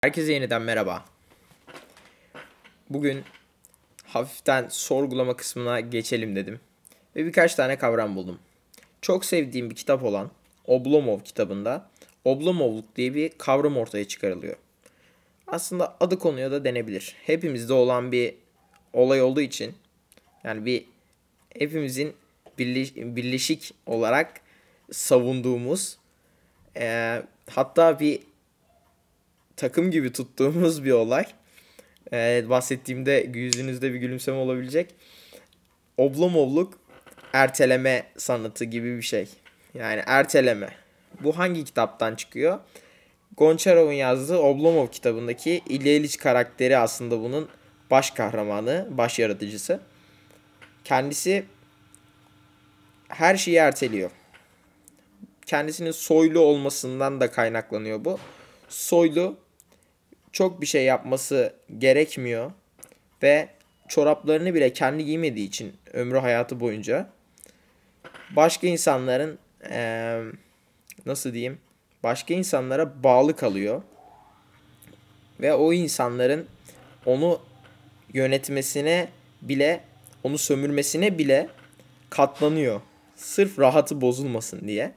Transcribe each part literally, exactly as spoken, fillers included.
Herkese yeniden merhaba. Bugün hafiften sorgulama kısmına geçelim dedim. Ve birkaç tane kavram buldum. Çok sevdiğim bir kitap olan Oblomov kitabında Oblomovluk diye bir kavram ortaya çıkarılıyor. Aslında adı konuya da denebilir. Hepimizde olan bir olay olduğu için yani bir hepimizin birleşik olarak savunduğumuz e, hatta bir takım gibi tuttuğumuz bir olay. Ee, bahsettiğimde yüzünüzde bir gülümseme olabilecek. Oblomovluk erteleme sanatı gibi bir şey. Yani erteleme. Bu hangi kitaptan çıkıyor? Gonçarov'un yazdığı Oblomov kitabındaki İlya İliç karakteri aslında bunun baş kahramanı, baş yaratıcısı. Kendisi her şeyi erteliyor. Kendisinin soylu olmasından da kaynaklanıyor bu. Soylu çok bir şey yapması gerekmiyor ve çoraplarını bile kendi giymediği için ömrü hayatı boyunca başka insanların ee, nasıl diyeyim başka insanlara bağlı kalıyor ve o insanların onu yönetmesine bile onu sömürmesine bile katlanıyor. Sırf rahatı bozulmasın diye.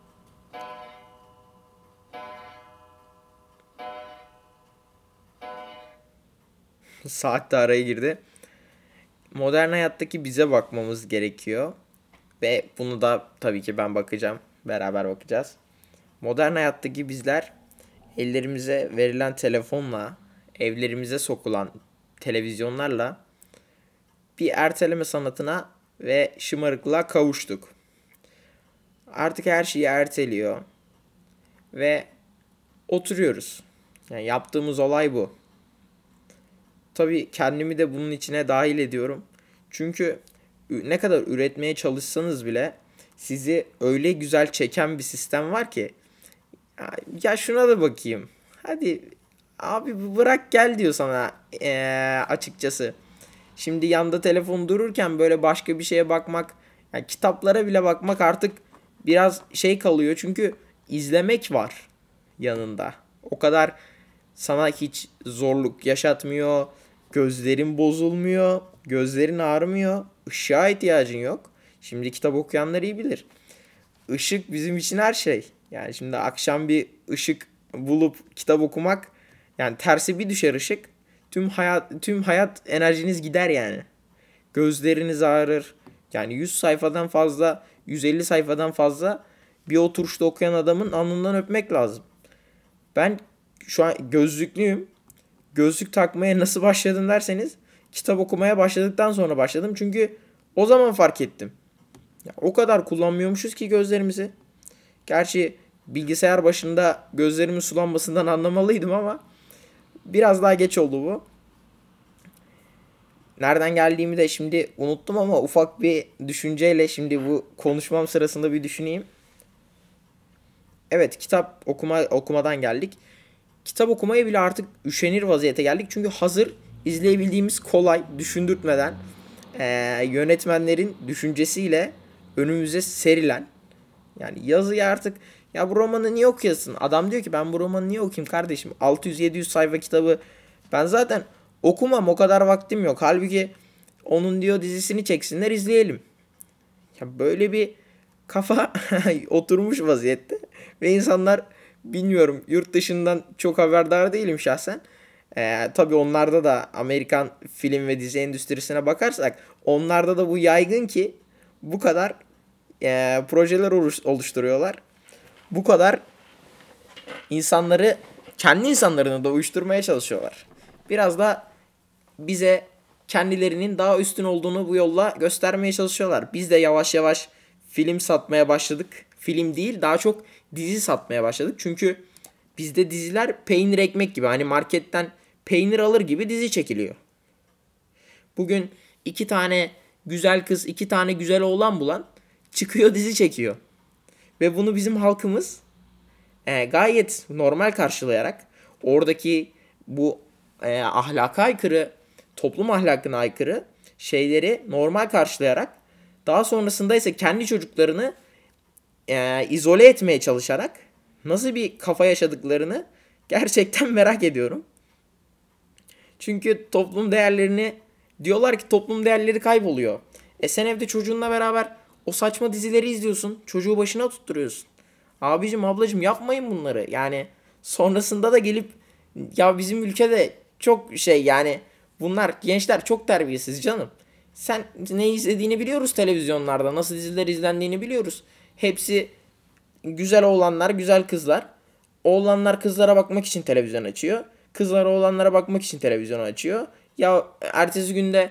Saat de araya girdi. Modern hayattaki bize bakmamız gerekiyor. Ve bunu da tabii ki ben bakacağım. Beraber bakacağız. Modern hayattaki bizler ellerimize verilen telefonla, evlerimize sokulan televizyonlarla bir erteleme sanatına ve şımarıklığa kavuştuk. Artık her şeyi erteliyor. Ve oturuyoruz. Yani yaptığımız olay bu. Tabii kendimi de bunun içine dahil ediyorum. Çünkü ne kadar üretmeye çalışsanız bile sizi öyle güzel çeken bir sistem var ki ya şuna da bakayım. Hadi abi bırak gel diyor sana ee, açıkçası. Şimdi yanda telefon dururken böyle başka bir şeye bakmak, yani kitaplara bile bakmak artık biraz şey kalıyor. Çünkü izlemek var yanında. O kadar sana hiç zorluk yaşatmıyor. Gözlerin bozulmuyor. Gözlerin ağrımıyor. Işığa ihtiyacın yok. Şimdi kitap okuyanlar iyi bilir. Işık bizim için her şey. Yani şimdi akşam bir ışık bulup kitap okumak, yani tersi bir düşer ışık, tüm hayat tüm hayat enerjiniz gider yani. Gözleriniz ağrır. Yani yüz sayfadan fazla, yüz elli sayfadan fazla bir oturuşta okuyan adamın alnından öpmek lazım. Ben şu an gözlüklüyüm. Gözlük takmaya nasıl başladım derseniz kitap okumaya başladıktan sonra başladım. Çünkü o zaman fark ettim. Ya, o kadar kullanmıyormuşuz ki gözlerimizi. Gerçi bilgisayar başında gözlerimin sulanmasından anlamalıydım ama biraz daha geç oldu bu. Nereden geldiğimi de şimdi unuttum ama ufak bir düşünceyle şimdi bu konuşmam sırasında bir düşüneyim. Evet, kitap okuma okumadan geldik. Kitap okumaya bile artık üşenir vaziyete geldik. Çünkü hazır izleyebildiğimiz kolay, düşündürtmeden e, yönetmenlerin düşüncesiyle önümüze serilen, yani yazıyı artık ya bu romanı niye okuyasın? Adam diyor ki ben bu romanı niye okuyayım kardeşim? altı yüz yedi yüz sayfa kitabı ben zaten okumam, o kadar vaktim yok. Halbuki onun diyor dizisini çeksinler izleyelim. Ya böyle bir kafa oturmuş vaziyette ve insanlar, bilmiyorum, yurt dışından çok haberdar değilim şahsen. Ee, tabii onlarda da Amerikan film ve dizi endüstrisine bakarsak onlarda da bu yaygın ki bu kadar e, projeler oluşturuyorlar. Bu kadar insanları, kendi insanlarını da uyuşturmaya çalışıyorlar. Biraz da bize kendilerinin daha üstün olduğunu bu yolla göstermeye çalışıyorlar. Biz de yavaş yavaş film satmaya başladık. Film değil, daha çok dizi satmaya başladık. Çünkü bizde diziler peynir ekmek gibi. Hani marketten peynir alır gibi dizi çekiliyor. Bugün iki tane güzel kız, iki tane güzel oğlan bulan çıkıyor dizi çekiyor. Ve bunu bizim halkımız e, gayet normal karşılayarak, oradaki bu e, ahlaka aykırı, toplum ahlakına aykırı şeyleri normal karşılayarak, daha sonrasında ise kendi çocuklarını e, izole etmeye çalışarak nasıl bir kafa yaşadıklarını gerçekten merak ediyorum. Çünkü toplum değerlerini diyorlar ki toplum değerleri kayboluyor. E sen evde çocuğunla beraber o saçma dizileri izliyorsun. Çocuğu başına tutturuyorsun. Abicim ablacım yapmayın bunları. Yani sonrasında da gelip ya bizim ülkede çok şey yani bunlar gençler çok terbiyesiz canım. Sen ne izlediğini biliyoruz televizyonlarda. Nasıl diziler izlendiğini biliyoruz. Hepsi güzel oğlanlar, güzel kızlar. Oğlanlar kızlara bakmak için televizyon açıyor. Kızlar oğlanlara bakmak için televizyon açıyor. Ya ertesi günde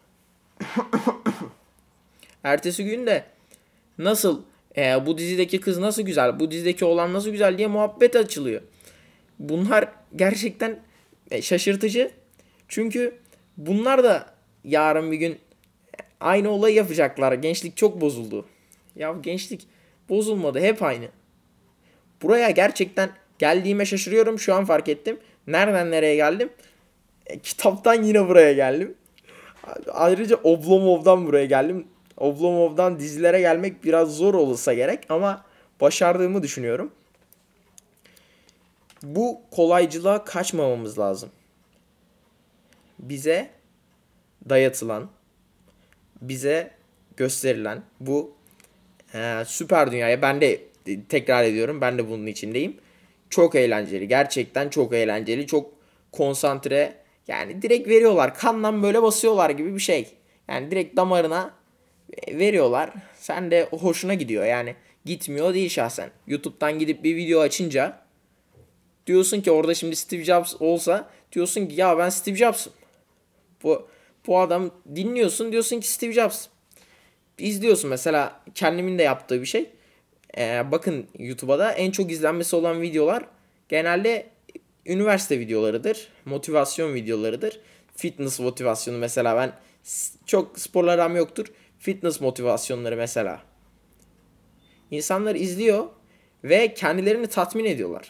ertesi günde nasıl e, bu dizideki kız nasıl güzel, bu dizideki oğlan nasıl güzel diye muhabbet açılıyor. Bunlar gerçekten e, şaşırtıcı. Çünkü bunlar da yarın bir gün aynı olayı yapacaklar. Gençlik çok bozuldu. Ya gençlik bozulmadı, hep aynı. Buraya gerçekten geldiğime şaşırıyorum. Şu an fark ettim. Nereden nereye geldim? E, kitaptan yine buraya geldim. Ayrıca Oblomov'dan buraya geldim. Oblomov'dan dizilere gelmek biraz zor olursa gerek ama başardığımı düşünüyorum. Bu kolaycılığa kaçmamamız lazım. Bize dayatılan, bize gösterilen bu e, süper dünyaya ben de tekrar ediyorum, ben de bunun içindeyim. Çok eğlenceli, gerçekten çok eğlenceli, çok konsantre. Yani direkt veriyorlar, kandan böyle basıyorlar gibi bir şey. Yani direkt damarına veriyorlar. Sen de hoşuna gidiyor yani. Gitmiyor değil şahsen. YouTube'dan gidip bir video açınca diyorsun ki orada şimdi Steve Jobs olsa diyorsun ki ya ben Steve Jobs'ım. Bu bu adam dinliyorsun diyorsun ki Steve Jobs. İzliyorsun mesela kendimin de yaptığı bir şey. Ee, bakın YouTube'a da en çok izlenmesi olan videolar genelde üniversite videolarıdır. Motivasyon videolarıdır. Fitness motivasyonu mesela ben çok sporla aram yoktur. Fitness motivasyonları mesela. İnsanlar izliyor ve kendilerini tatmin ediyorlar.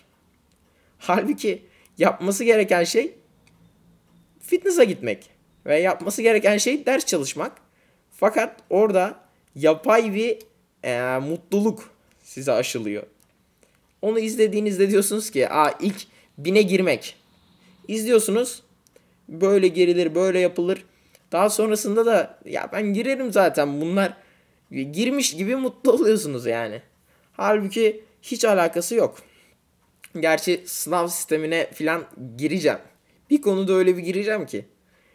Halbuki yapması gereken şey fitness'a gitmek. Ve yapması gereken şey ders çalışmak. Fakat orada yapay bir e, mutluluk size aşılıyor. Onu izlediğinizde diyorsunuz ki Aa, ilk bine girmek. İzliyorsunuz. Böyle girilir, böyle yapılır. Daha sonrasında da ya ben girerim zaten bunlar girmiş gibi mutlu oluyorsunuz yani. Halbuki hiç alakası yok. Gerçi sınav sistemine filan gireceğim. Bir konuda öyle bir gireceğim ki.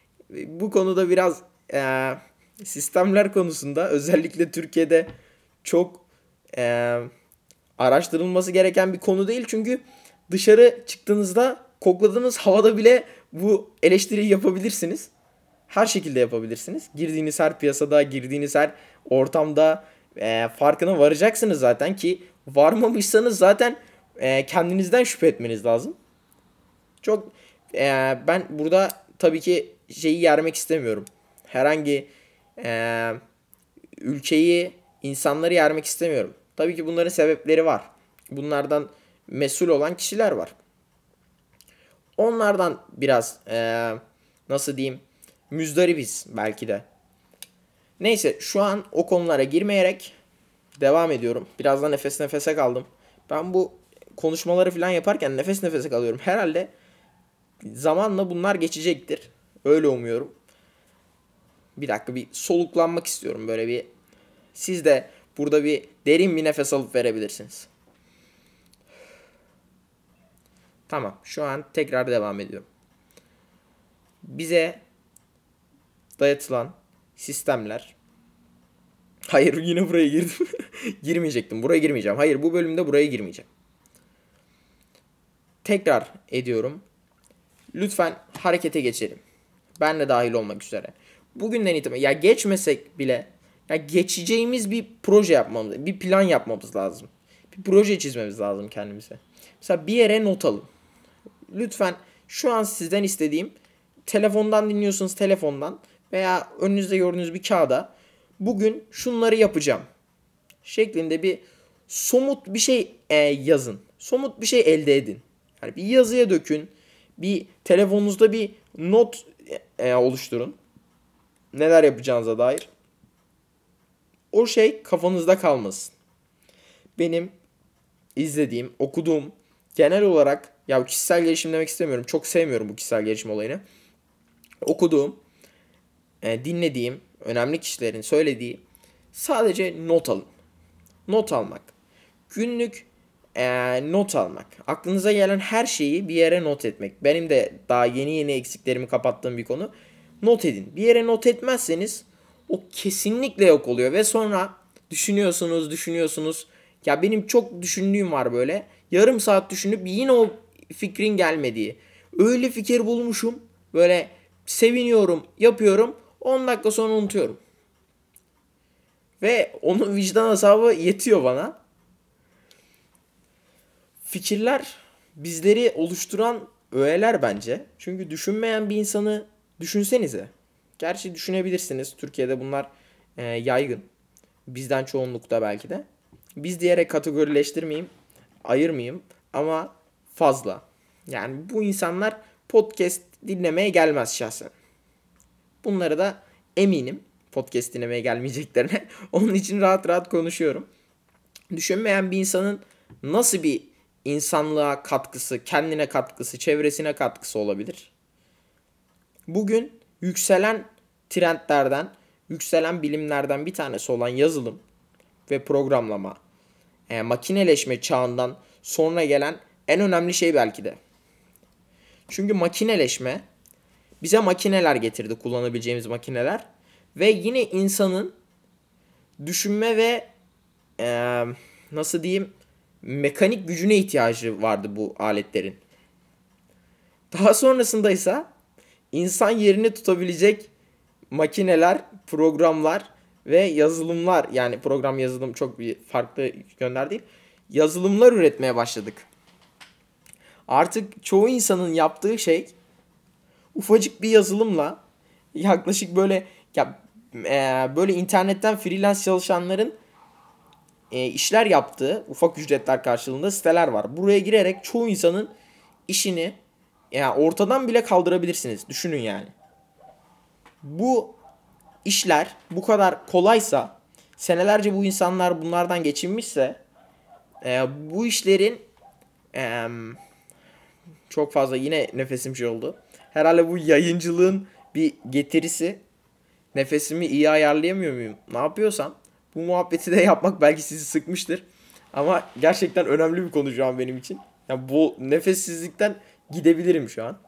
Bu konuda biraz e, sistemler konusunda özellikle Türkiye'de çok e, araştırılması gereken bir konu değil. Çünkü dışarı çıktığınızda kokladığınız havada bile bu eleştiriyi yapabilirsiniz. Her şekilde yapabilirsiniz. Girdiğiniz her piyasada, girdiğiniz her ortamda e, farkına varacaksınız zaten ki varmamışsanız zaten e, kendinizden şüphe etmeniz lazım. Çok e, ben burada tabii ki şeyi yermek istemiyorum. Herhangi e, ülkeyi, insanları yermek istemiyorum. Tabii ki bunların sebepleri var. Bunlardan mesul olan kişiler var. Onlardan biraz e, nasıl diyeyim müzdaribiz belki de. Neyse şu an o konulara girmeyerek devam ediyorum. Biraz da nefes nefese kaldım. Ben bu konuşmaları falan yaparken nefes nefese kalıyorum. Herhalde zamanla bunlar geçecektir. Öyle umuyorum. Bir dakika bir soluklanmak istiyorum böyle bir. Siz de burada bir derin bir nefes alıp verebilirsiniz. Tamam şu an tekrar devam ediyorum. Bize dayatılan sistemler. Hayır yine buraya girdim. Girmeyecektim. Buraya girmeyeceğim. Hayır bu bölümde buraya girmeyeceğim. Tekrar ediyorum. Lütfen harekete geçelim. Ben de dahil olmak üzere. Bugünden itibaren ya geçmesek bile ya geçeceğimiz bir proje yapmamız, bir plan yapmamız lazım. Bir proje çizmemiz lazım kendimize. Mesela bir yere not alın. Lütfen şu an sizden istediğim telefondan dinliyorsunuz telefondan veya önünüzde gördüğünüz bir kağıda bugün şunları yapacağım şeklinde bir somut bir şey e, yazın. Somut bir şey elde edin. Yani bir yazıya dökün. Bir telefonunuzda bir not e, oluşturun. Neler yapacağınıza dair. O şey kafanızda kalmasın. Benim izlediğim, okuduğum genel olarak ya kişisel gelişim demek istemiyorum. Çok sevmiyorum bu kişisel gelişim olayını. okuduğum, e, dinlediğim, önemli kişilerin söylediği sadece not alın. Not almak. Günlük e, not almak. Aklınıza gelen her şeyi bir yere not etmek. Benim de daha yeni yeni eksiklerimi kapattığım bir konu. Not edin. Bir yere not etmezseniz o kesinlikle yok oluyor ve sonra düşünüyorsunuz, düşünüyorsunuz. Ya benim çok düşündüğüm var böyle. Yarım saat düşünüp yine o fikrin gelmediği. Öyle fikir bulmuşum. Böyle seviniyorum, yapıyorum. on dakika sonra unutuyorum. Ve onun vicdan azabı yetiyor bana. Fikirler bizleri oluşturan öğeler bence. Çünkü düşünmeyen bir insanı düşünsenize. Gerçi düşünebilirsiniz. Türkiye'de bunlar e, yaygın. Bizden çoğunlukta belki de. Biz diyerek kategorileştirmeyeyim, ayırmayayım ama fazla. Yani bu insanlar podcast dinlemeye gelmez şahsen. Bunları da eminim podcast dinlemeye gelmeyeceklerine. Onun için rahat rahat konuşuyorum. Düşünmeyen bir insanın nasıl bir insanlığa katkısı, kendine katkısı, çevresine katkısı olabilir? Bugün yükselen trendlerden, yükselen bilimlerden bir tanesi olan yazılım ve programlama, e, makineleşme çağından sonra gelen en önemli şey belki de. Çünkü makineleşme bize makineler getirdi, kullanabileceğimiz makineler ve yine insanın düşünme ve e, nasıl diyeyim mekanik gücüne ihtiyacı vardı bu aletlerin. Daha sonrasında ise insan yerini tutabilecek makineler, programlar ve yazılımlar, yani program yazılım çok bir farklı yönler değil. Yazılımlar üretmeye başladık. Artık çoğu insanın yaptığı şey ufacık bir yazılımla yaklaşık böyle ya e, böyle internetten freelance çalışanların e, işler yaptığı ufak ücretler karşılığında siteler var. Buraya girerek çoğu insanın işini yani ortadan bile kaldırabilirsiniz. Düşünün yani. Bu işler bu kadar kolaysa, senelerce bu insanlar bunlardan geçinmişse, e, bu işlerin e, çok fazla yine nefesim şey oldu. Herhalde bu yayıncılığın bir getirisi. Nefesimi iyi ayarlayamıyor muyum? Ne yapıyorsam bu muhabbeti de yapmak belki sizi sıkmıştır. Ama gerçekten önemli bir konu şu an benim için. Yani bu nefessizlikten gidebilirim şu an.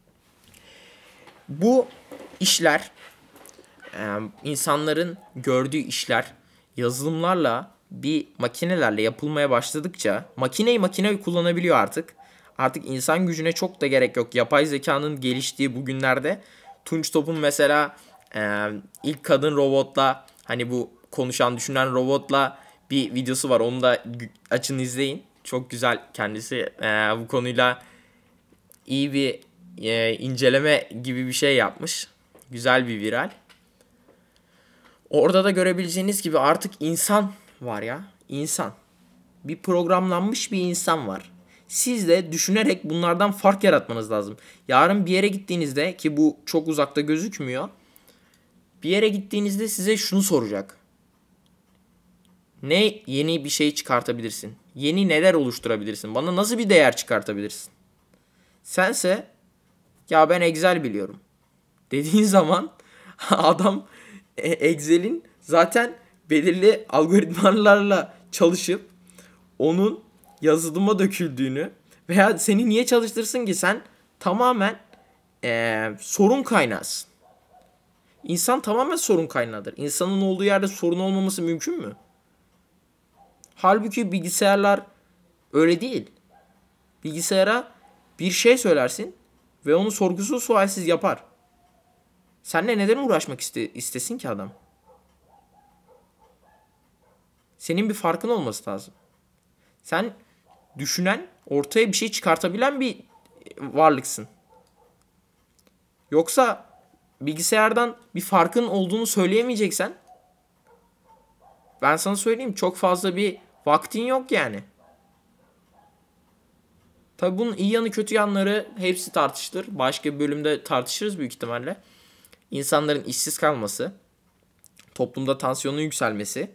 Bu işler, insanların gördüğü işler yazılımlarla bir makinelerle yapılmaya başladıkça makineyi makine kullanabiliyor artık. Artık insan gücüne çok da gerek yok. Yapay zekanın geliştiği bu günlerde Tunç Top'un mesela e, ilk kadın robotla, hani bu konuşan düşünen robotla bir videosu var. Onu da açın izleyin. Çok güzel kendisi e, bu konuyla iyi bir e, inceleme gibi bir şey yapmış. Güzel bir viral. Orada da görebileceğiniz gibi artık insan var ya. İnsan. Bir programlanmış bir insan var. Siz de düşünerek bunlardan fark yaratmanız lazım. Yarın bir yere gittiğinizde, ki bu çok uzakta gözükmüyor. Bir yere gittiğinizde size şunu soracak. Ne yeni bir şey çıkartabilirsin? Yeni neler oluşturabilirsin? Bana nasıl bir değer çıkartabilirsin? Sense ya ben Excel biliyorum dediğin zaman adam Excel'in zaten belirli algoritmalarla çalışıp onun yazılıma döküldüğünü veya seni niye çalıştırsın ki, sen tamamen ee, sorun kaynağısın. İnsan tamamen sorun kaynağıdır. İnsanın olduğu yerde sorun olmaması mümkün mü? Halbuki bilgisayarlar öyle değil. Bilgisayara bir şey söylersin ve onu sorgusuz sualsiz yapar. Seninle neden uğraşmak iste, istesin ki adam? Senin bir farkın olması lazım. Sen düşünen, ortaya bir şey çıkartabilen bir varlıksın. Yoksa bilgisayardan bir farkın olduğunu söyleyemeyeceksen, ben sana söyleyeyim, çok fazla bir vaktin yok yani. Tabii bunun iyi yanı kötü yanları hepsi tartışılır. Başka bir bölümde tartışırız büyük ihtimalle. İnsanların işsiz kalması, toplumda tansiyonun yükselmesi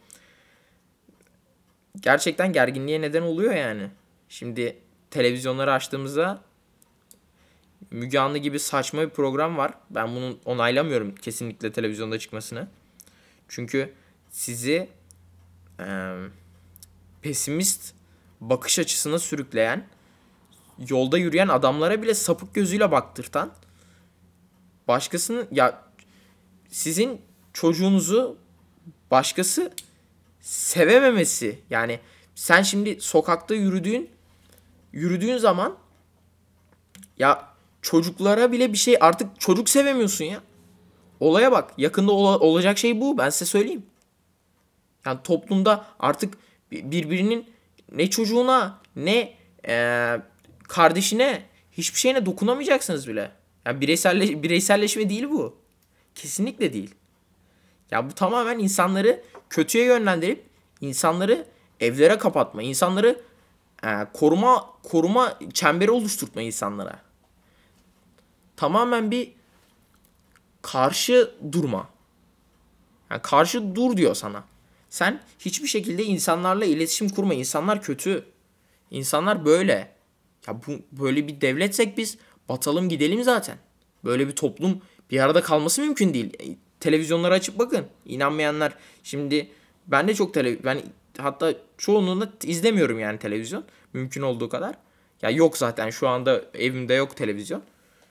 gerçekten gerginliğe neden oluyor yani. Şimdi televizyonları açtığımızda Müge Anlı gibi saçma bir program var. Ben bunu onaylamıyorum kesinlikle televizyonda çıkmasını. Çünkü sizi e, pesimist bakış açısına sürükleyen, yolda yürüyen adamlara bile sapık gözüyle baktırtan, başkasının ya sizin çocuğunuzu başkası sevememesi. Yani sen şimdi sokakta yürüdüğün yürüdüğün zaman ya çocuklara bile bir şey, artık çocuk sevemiyorsun ya. Olaya bak. Yakında ola- olacak şey bu. Ben size söyleyeyim. Yani toplumda artık birbirinin ne çocuğuna ne e, kardeşine, hiçbir şeyine dokunamayacaksınız bile. Yani bireyselle, bireyselleşme değil bu. Kesinlikle değil. Ya bu tamamen insanları kötüye yönlendirip insanları evlere kapatma, insanları e, koruma koruma çemberi oluşturtma insanlara. Tamamen bir karşı durma. Yani karşı dur diyor sana. Sen hiçbir şekilde insanlarla iletişim kurma. İnsanlar kötü. İnsanlar böyle. Ya bu böyle bir devletsek biz batalım gidelim zaten. Böyle bir toplum bir arada kalması mümkün değil. E, televizyonları açıp bakın. İnanmayanlar şimdi, ben de çok tele ben hatta çoğunluğunu izlemiyorum yani televizyon. Mümkün olduğu kadar. Ya yok zaten, şu anda evimde yok televizyon.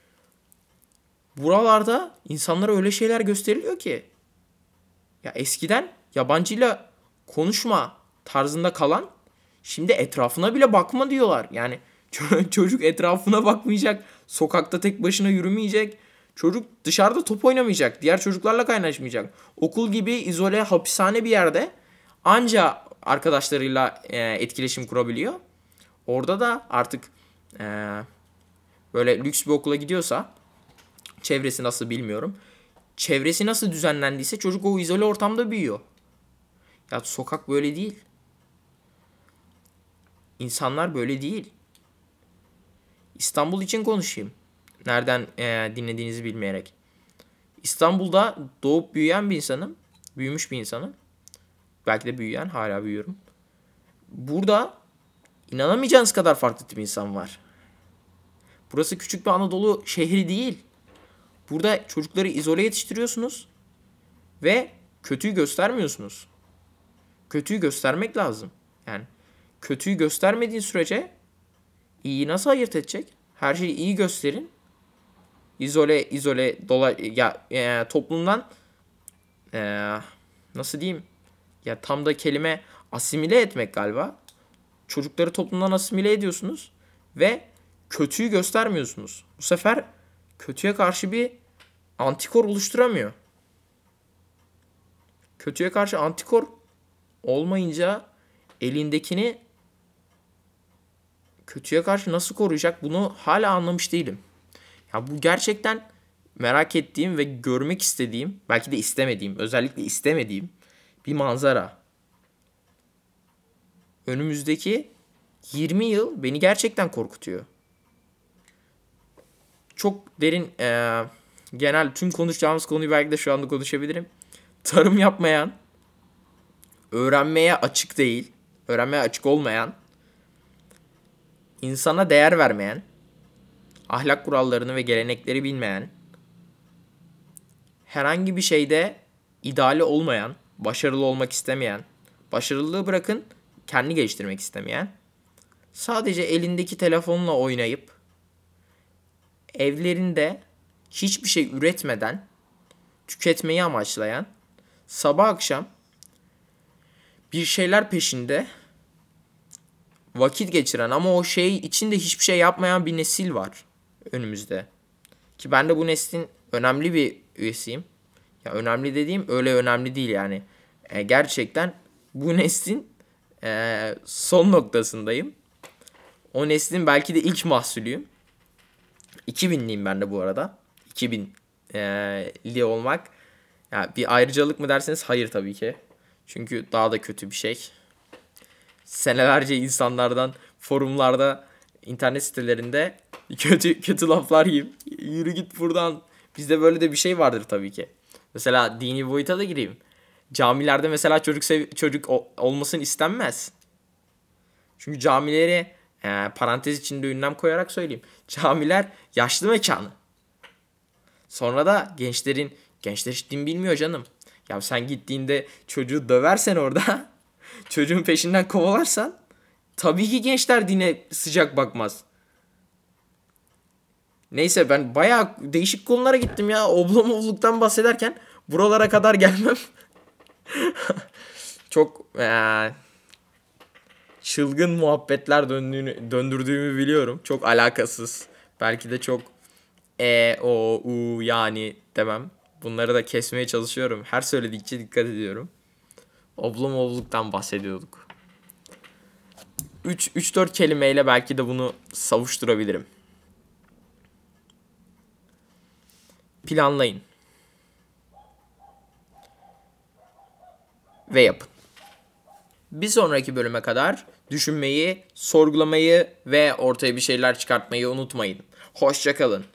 Buralarda insanlara öyle şeyler gösteriliyor ki. Ya eskiden yabancıyla konuşma tarzında kalan, şimdi etrafına bile bakma diyorlar. Yani çocuk etrafına bakmayacak, sokakta tek başına yürümeyecek, çocuk dışarıda top oynamayacak, diğer çocuklarla kaynaşmayacak. Okul gibi izole, hapishane bir yerde anca arkadaşlarıyla e, etkileşim kurabiliyor. Orada da artık e, böyle lüks bir okula gidiyorsa, çevresi nasıl bilmiyorum, çevresi nasıl düzenlendiyse çocuk o izole ortamda büyüyor. Ya sokak böyle değil. İnsanlar böyle değil. İstanbul için konuşayım. Nereden e, dinlediğinizi bilmeyerek. İstanbul'da doğup büyüyen bir insanım. Büyümüş bir insanım. Belki de büyüyen, hala büyüyorum. Burada inanamayacağınız kadar farklı tip insan var. Burası küçük bir Anadolu şehri değil. Burada çocukları izole yetiştiriyorsunuz ve kötüyü göstermiyorsunuz. Kötüyü göstermek lazım. Yani kötüyü göstermediğin sürece İyiyi nasıl ayırt edecek? Her şeyi iyi gösterin. İzole izole dola ya e, toplumdan e, nasıl diyeyim? Ya tam da kelime asimile etmek galiba. Çocukları toplumdan asimile ediyorsunuz ve kötüyü göstermiyorsunuz. Bu sefer kötüye karşı bir antikor oluşturamıyor. Kötüye karşı antikor olmayınca elindekini kötüye karşı nasıl koruyacak, bunu hala anlamış değilim. Ya bu gerçekten merak ettiğim ve görmek istediğim, belki de istemediğim, özellikle istemediğim bir manzara. Önümüzdeki yirmi yıl beni gerçekten korkutuyor. Çok derin, e, genel tüm konuşacağımız konuyu belki de şu anda konuşabilirim. Tarım yapmayan, öğrenmeye açık değil, öğrenmeye açık olmayan, insana değer vermeyen, ahlak kurallarını ve gelenekleri bilmeyen, herhangi bir şeyde ideali olmayan, başarılı olmak istemeyen, başarılılığı bırakın kendi geliştirmek istemeyen, sadece elindeki telefonla oynayıp evlerinde hiçbir şey üretmeden tüketmeyi amaçlayan, sabah akşam bir şeyler peşinde vakit geçiren ama o şey içinde hiçbir şey yapmayan bir nesil var önümüzde. Ki ben de bu neslin önemli bir üyesiyim. Ya önemli dediğim öyle önemli değil yani. E, gerçekten bu neslin e, son noktasındayım. O neslin belki de ilk mahsulüyüm. iki binliyim ben de bu arada. iki binli olmak. Ya bir ayrıcalık mı derseniz hayır tabii ki. Çünkü daha da kötü bir şey. Senelerce insanlardan forumlarda, internet sitelerinde kötü kötü laflar yiyip yürü git buradan. Bizde böyle de bir şey vardır tabii ki. Mesela dini boyuta da gireyim. Camilerde mesela çocuk sev- çocuk olmasını istenmez. Çünkü camileri Ee, parantez içinde ünlem koyarak söyleyeyim. Camiler yaşlı mekanı. Sonra da gençlerin, gençler hiç din bilmiyor canım. Ya sen gittiğinde çocuğu döversen orada, çocuğun peşinden kovalarsan tabii ki gençler dine sıcak bakmaz. Neyse ben bayağı değişik konulara gittim ya. Oblomovluktan bahsederken buralara kadar gelmem. Çok ee, çılgın muhabbetler döndüğünü, döndürdüğümü biliyorum. Çok alakasız. Belki de çok e, o, u yani demem. Bunları da kesmeye çalışıyorum. Her söyledikçe dikkat ediyorum. Oblomovluktan bahsediyorduk. üç dört kelimeyle belki de bunu savuşturabilirim. Planlayın. Ve yapın. Bir sonraki bölüme kadar düşünmeyi, sorgulamayı ve ortaya bir şeyler çıkartmayı unutmayın. Hoşça kalın.